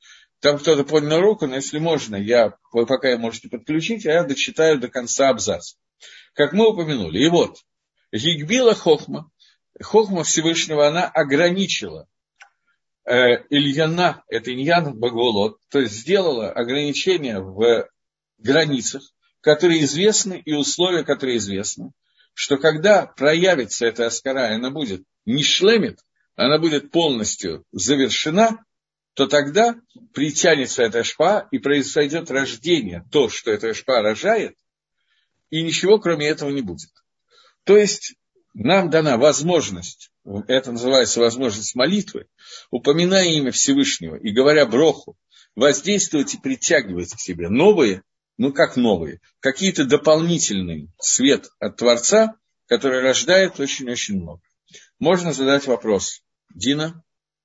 Там кто-то поднял руку, но если можно, вы пока можете подключить, а я дочитаю до конца абзаца. Как мы упомянули. И вот, Гигбила Хохма, Хохма Всевышнего, она ограничила Ильяна, это Иньян Багволот, то есть сделала ограничения в границах, которые известны, и условия, которые известны, что когда проявится эта аскара, она будет не шлемит, она будет полностью завершена, то тогда притянется эта ашпа, и произойдет рождение, то, что эта ашпа рожает, и ничего кроме этого не будет. То есть нам дана возможность, это называется возможность молитвы, упоминая имя Всевышнего и говоря броху, воздействовать и притягивать к себе новые, как новые, какие-то дополнительные свет от Творца, который рождает очень-очень много. Можно задать вопрос. Дина?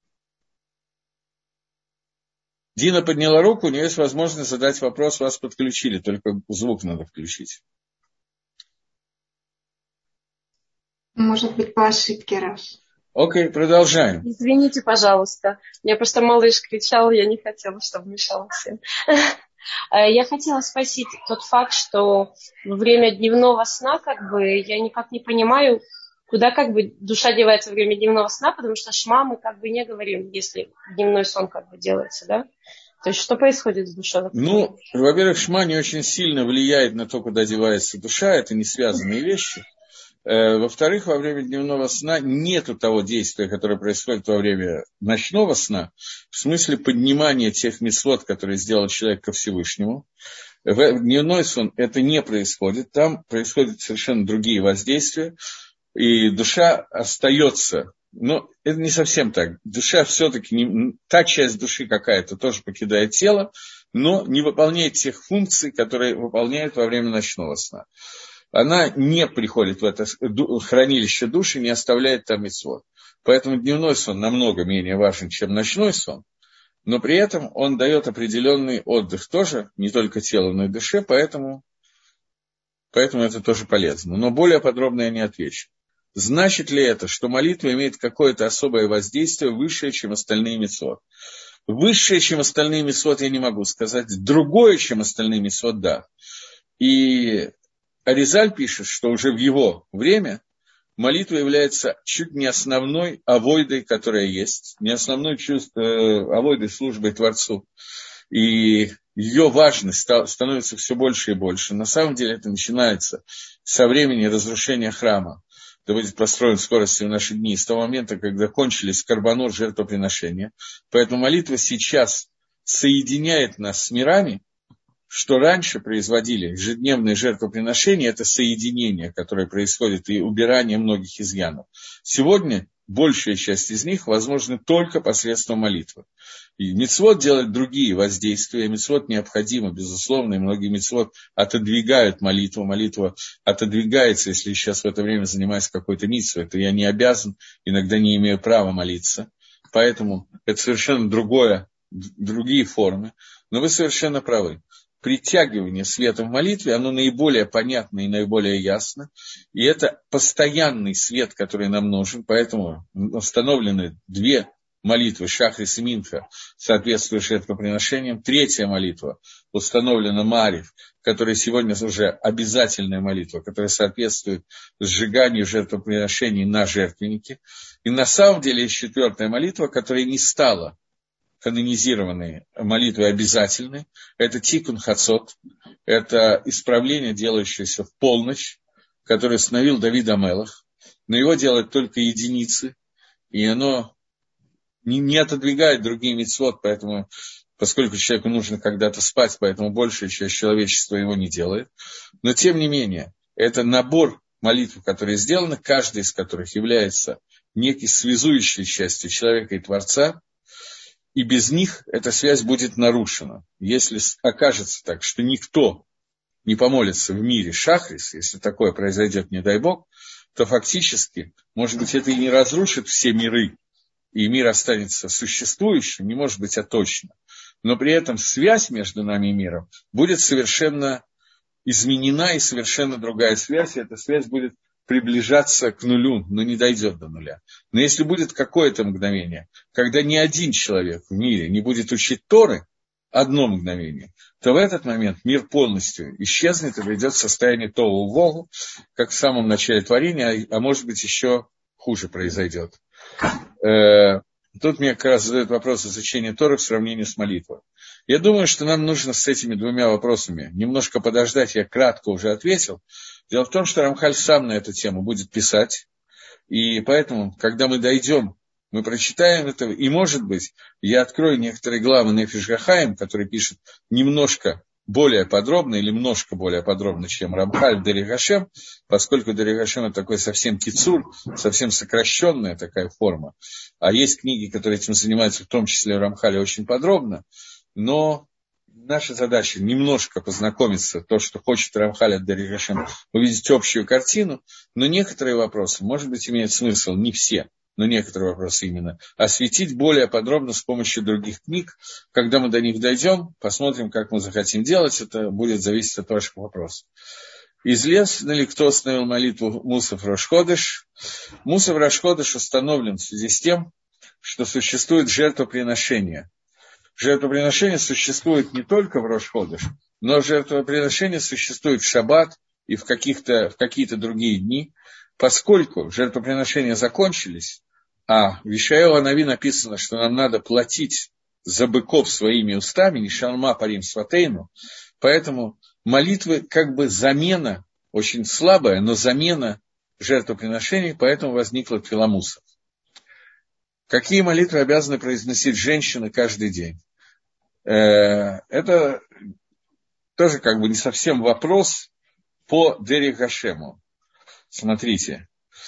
Дина подняла руку, у нее есть возможность задать вопрос, вас подключили, только звук надо включить. Может быть, по ошибке, Рав. Окей, продолжаем. Извините, пожалуйста. Мне просто малыш кричал, я не хотела, чтобы мешал всем. Я хотела спросить тот факт, что во время дневного сна, я никак не понимаю, куда душа девается во время дневного сна, потому что шма мы не говорим, если дневной сон делается, да? То есть что происходит с душой? Во-первых, шма не очень сильно влияет на то, куда девается душа, это не связанные вещи. Во-вторых, во время дневного сна нету того действия, которое происходит во время ночного сна, в смысле поднимания тех мицвот, которые сделал человек ко Всевышнему. В дневной сон это не происходит, там происходят совершенно другие воздействия, и душа остается, но это не совсем так. Душа все-таки, та часть души какая-то тоже покидает тело, но не выполняет тех функций, которые выполняет во время ночного сна. Она не приходит в это хранилище души, не оставляет там мицвот. Поэтому дневной сон намного менее важен, чем ночной сон, но при этом он дает определенный отдых тоже, не только телу, но и душе, поэтому это тоже полезно. Но более подробно я не отвечу. Значит ли это, что молитва имеет какое-то особое воздействие, высшее, чем остальные мицвот? Высшее, чем остальные мицвот, я не могу сказать. Другое, чем остальные мицвот, да. И Аризаль пишет, что уже в его время молитва является чуть не основной авойдой, которая есть, не основной авойдой службой Творцу. И ее важность становится все больше и больше. На самом деле это начинается со времени разрушения храма. Это будет построен в скорости в наши дни, с того момента, когда кончились карбонот, жертвоприношения. Поэтому молитва сейчас соединяет нас с мирами, что раньше производили ежедневные жертвоприношения, это соединение, которое происходит, и убирание многих изъянов. Сегодня большая часть из них возможна только посредством молитвы. И мицвот делает другие воздействия, мицвот необходимо, безусловно, и многие мицвот отодвигают молитву, молитва отодвигается, если сейчас в это время занимаюсь какой-то мицвой, то я не обязан, иногда не имею права молиться, поэтому это совершенно другие формы, но вы совершенно правы. Притягивание света в молитве, оно наиболее понятно и наиболее ясно, и это постоянный свет, который нам нужен, поэтому установлены две молитвы, Шахрис и Минха, соответствуют жертвоприношениям. Третья молитва установлена Маарив, которая сегодня уже обязательная молитва, которая соответствует сжиганию жертвоприношений на жертвеннике. И на самом деле есть четвертая молитва, которая не стала канонизированные молитвы обязательны. Это Тикун Хацот, это исправление, делающееся в полночь, которое установил Давид а-Мелех, но его делают только единицы, и оно не отодвигает другие мицвот, поскольку человеку нужно когда-то спать, поэтому большая часть человечества его не делает. Но тем не менее, это набор молитв, которые сделаны, каждая из которых является некой связующей частью человека и Творца, и без них эта связь будет нарушена. Если окажется так, что никто не помолится в мире шахрис, если такое произойдет, не дай Бог, то фактически, может быть, это и не разрушит все миры, и мир останется существующим, не может быть, а точно. Но при этом связь между нами и миром будет совершенно изменена, и совершенно другая связь, и эта связь будет приближаться к нулю, но не дойдет до нуля. Но если будет какое-то мгновение, когда ни один человек в мире не будет учить Торы, одно мгновение, то в этот момент мир полностью исчезнет и придет в состояние тоу-вогу, как в самом начале творения, а может быть еще хуже произойдет. Тут мне как раз задают вопрос изучения Торы в сравнении с молитвой. Я думаю, что нам нужно с этими двумя вопросами немножко подождать, я кратко уже ответил. Дело в том, что Рамхаль сам на эту тему будет писать, и поэтому, когда мы дойдем, мы прочитаем это, и, может быть, я открою некоторые главы Нефеш га-Хаим, который пишет немножко более подробно или немножко более подробно, чем Рамхаль в Дерech ха-Шем, поскольку Дерech ха-Шем это такой совсем кицур, совсем сокращенная такая форма. А есть книги, которые этим занимаются, в том числе Рамхаль, очень подробно. Но наша задача немножко познакомиться, то, что хочет Рамхаль от Дерech ха-Шем, увидеть общую картину, но некоторые вопросы, может быть, имеют смысл, не все, но некоторые вопросы именно, осветить более подробно с помощью других книг. Когда мы до них дойдем, посмотрим, как мы захотим делать, это будет зависеть от ваших вопросов. Известно ли, кто установил молитву Мусав Рош Ходеш? Мусав Рош Ходеш установлен в связи с тем, что существует жертвоприношение. Жертвоприношение существует не только в Рош Ходеш, но жертвоприношение существует в шаббат и в какие-то другие дни. Поскольку жертвоприношения закончились, а в Ишайяу ха-Нави написано, что нам надо платить за быков своими устами, не шалма парим сватейну, поэтому молитвы как бы замена, очень слабая, но замена жертвоприношений, поэтому возникла тфила Мусав. Какие молитвы обязаны произносить женщины каждый день? Это тоже как бы не совсем вопрос по Дерech ха-Шему. Смотрите,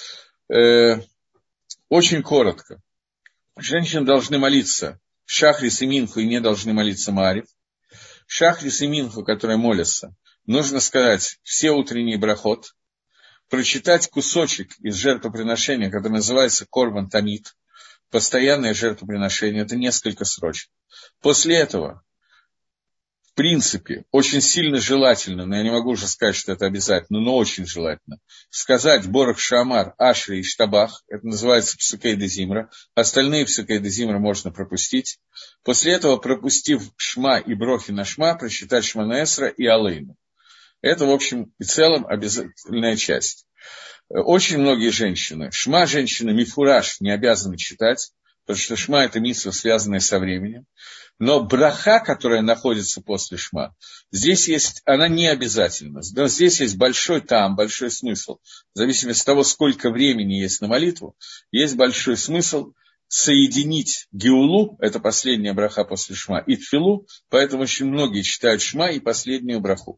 очень коротко. Женщины должны молиться Шахрис и Минху и не должны молиться Маарив. Шахрис и Минху, которые молятся, нужно сказать все утренние брахот, прочитать кусочек из жертвоприношения, которое называется Корбан Тамид, постоянное жертвоприношение, это несколько строчек. После этого, в принципе, очень сильно желательно, но я не могу уже сказать, что это обязательно, но очень желательно, сказать Борах Шамар, Ашри и Штабах, это называется Псукей де Зимра, остальные Псукей де Зимра можно пропустить. После этого, пропустив Шма и Брохи на Шма, прочитать Шмона Эсра и Алейну. Это, в общем и целом, обязательная часть. Очень многие женщины, Шма женщины мифураж не обязаны читать, потому что Шма это мицва, связанная со временем. Но браха, которая находится после Шма, здесь есть, она не обязательна. Но здесь есть большой таам, большой смысл. В зависимости от того, сколько времени есть на молитву, есть большой смысл соединить геулу, это последняя браха после Шма, и тфилу, поэтому очень многие читают Шма и последнюю браху.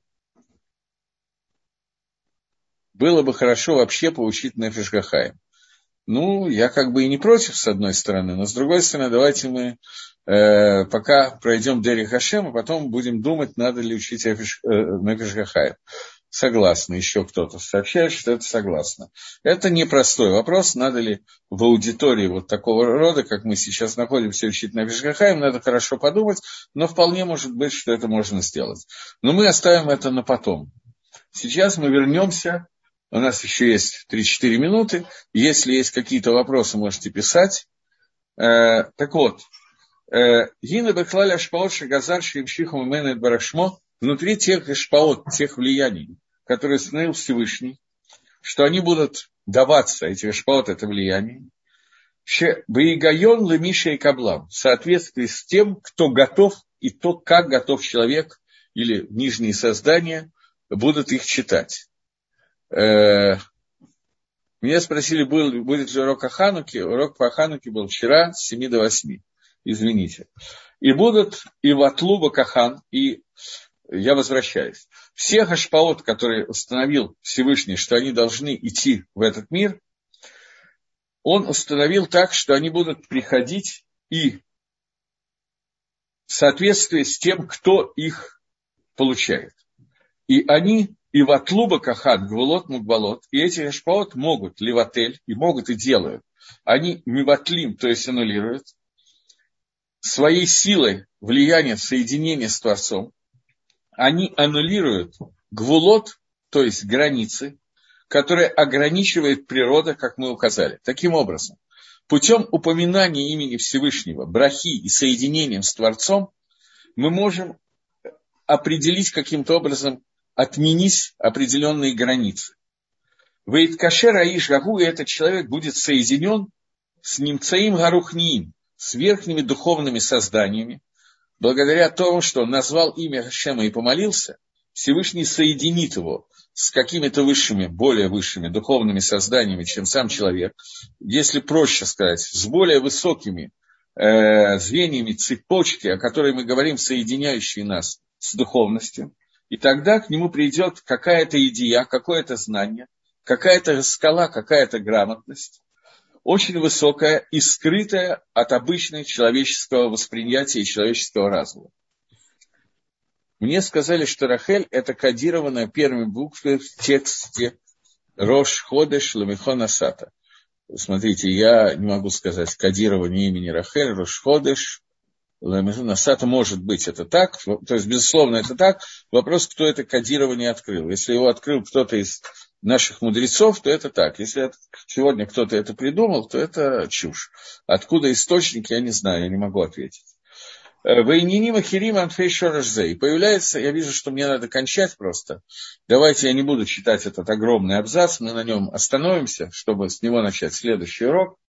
Было бы хорошо вообще поучить Нефеш га-Хаим. Ну, я как бы и не против, с одной стороны, но с другой стороны, давайте мы пока пройдем Дерech ха-Шем, а потом будем думать, надо ли учить Нефеш га-Хаим. Согласны, еще кто-то сообщает, что это согласно. Это непростой вопрос, надо ли в аудитории вот такого рода, как мы сейчас находимся, учить Нефеш га-Хаим, надо хорошо подумать, но вполне может быть, что это можно сделать. Но мы оставим это на потом. Сейчас мы вернемся. У нас еще есть 3-4 минуты. Если есть какие-то вопросы, можете писать. Так вот. Гина беклаль ашпаот шагазар шимшиху мэнэт барашмо. Внутри тех ашпаот, тех влияний, которые установил Всевышний, что они будут даваться, эти ашпаот, это влияние. Баигайон лемиша и каблам. В соответствии с тем, кто готов, и то, как готов человек, или нижние создания, будут их читать. Меня спросили, будет ли урок о Хануке. Урок по Хануке был вчера с 7 до 8. Извините. И будут и Ватлуба Кахан, и я возвращаюсь. Всех ашпаот, которые установил Всевышний, что они должны идти в этот мир, он установил так, что они будут приходить и в соответствии с тем, кто их получает. И они... И ватлуба кахат, гвулот мукбалот, и эти ашпаот могут, леватель, и могут и делают. Они миватлим, то есть аннулируют, своей силой влияния, соединения с Творцом, они аннулируют гвулот, то есть границы, которые ограничивает природа, как мы указали. Таким образом, путем упоминания имени Всевышнего, брахи и соединением с Творцом, мы можем определить каким-то образом, отменить определенные границы. Вейткашер аиш гагу, и этот человек будет соединен с нимцаим гарухниим, с верхними духовными созданиями. Благодаря тому, что он назвал имя Хашема и помолился, Всевышний соединит его с какими-то высшими, более высшими духовными созданиями, чем сам человек. Если проще сказать, с более высокими звеньями цепочки, о которой мы говорим, соединяющие нас с духовностью. И тогда к нему придет какая-то идея, какое-то знание, какая-то скала, какая-то грамотность, очень высокая и скрытая от обычного человеческого восприятия и человеческого разума. Мне сказали, что Рахель – это кодированная первыми буквами в тексте Рош Ходеш Ламихон Асата. Смотрите, я не могу сказать кодирование имени Рахель, Рош Ходеш Ламихон Асата, может быть, это так, то есть, безусловно, это так. Вопрос, кто это кодирование открыл. Если его открыл кто-то из наших мудрецов, то это так. Если сегодня кто-то это придумал, то это чушь. Откуда источник, я не знаю, я не могу ответить. Вейнинима Хирим Анфей Шорашзей. Появляется, я вижу, что мне надо кончать просто. Давайте я не буду читать этот огромный абзац, мы на нем остановимся, чтобы с него начать следующий урок.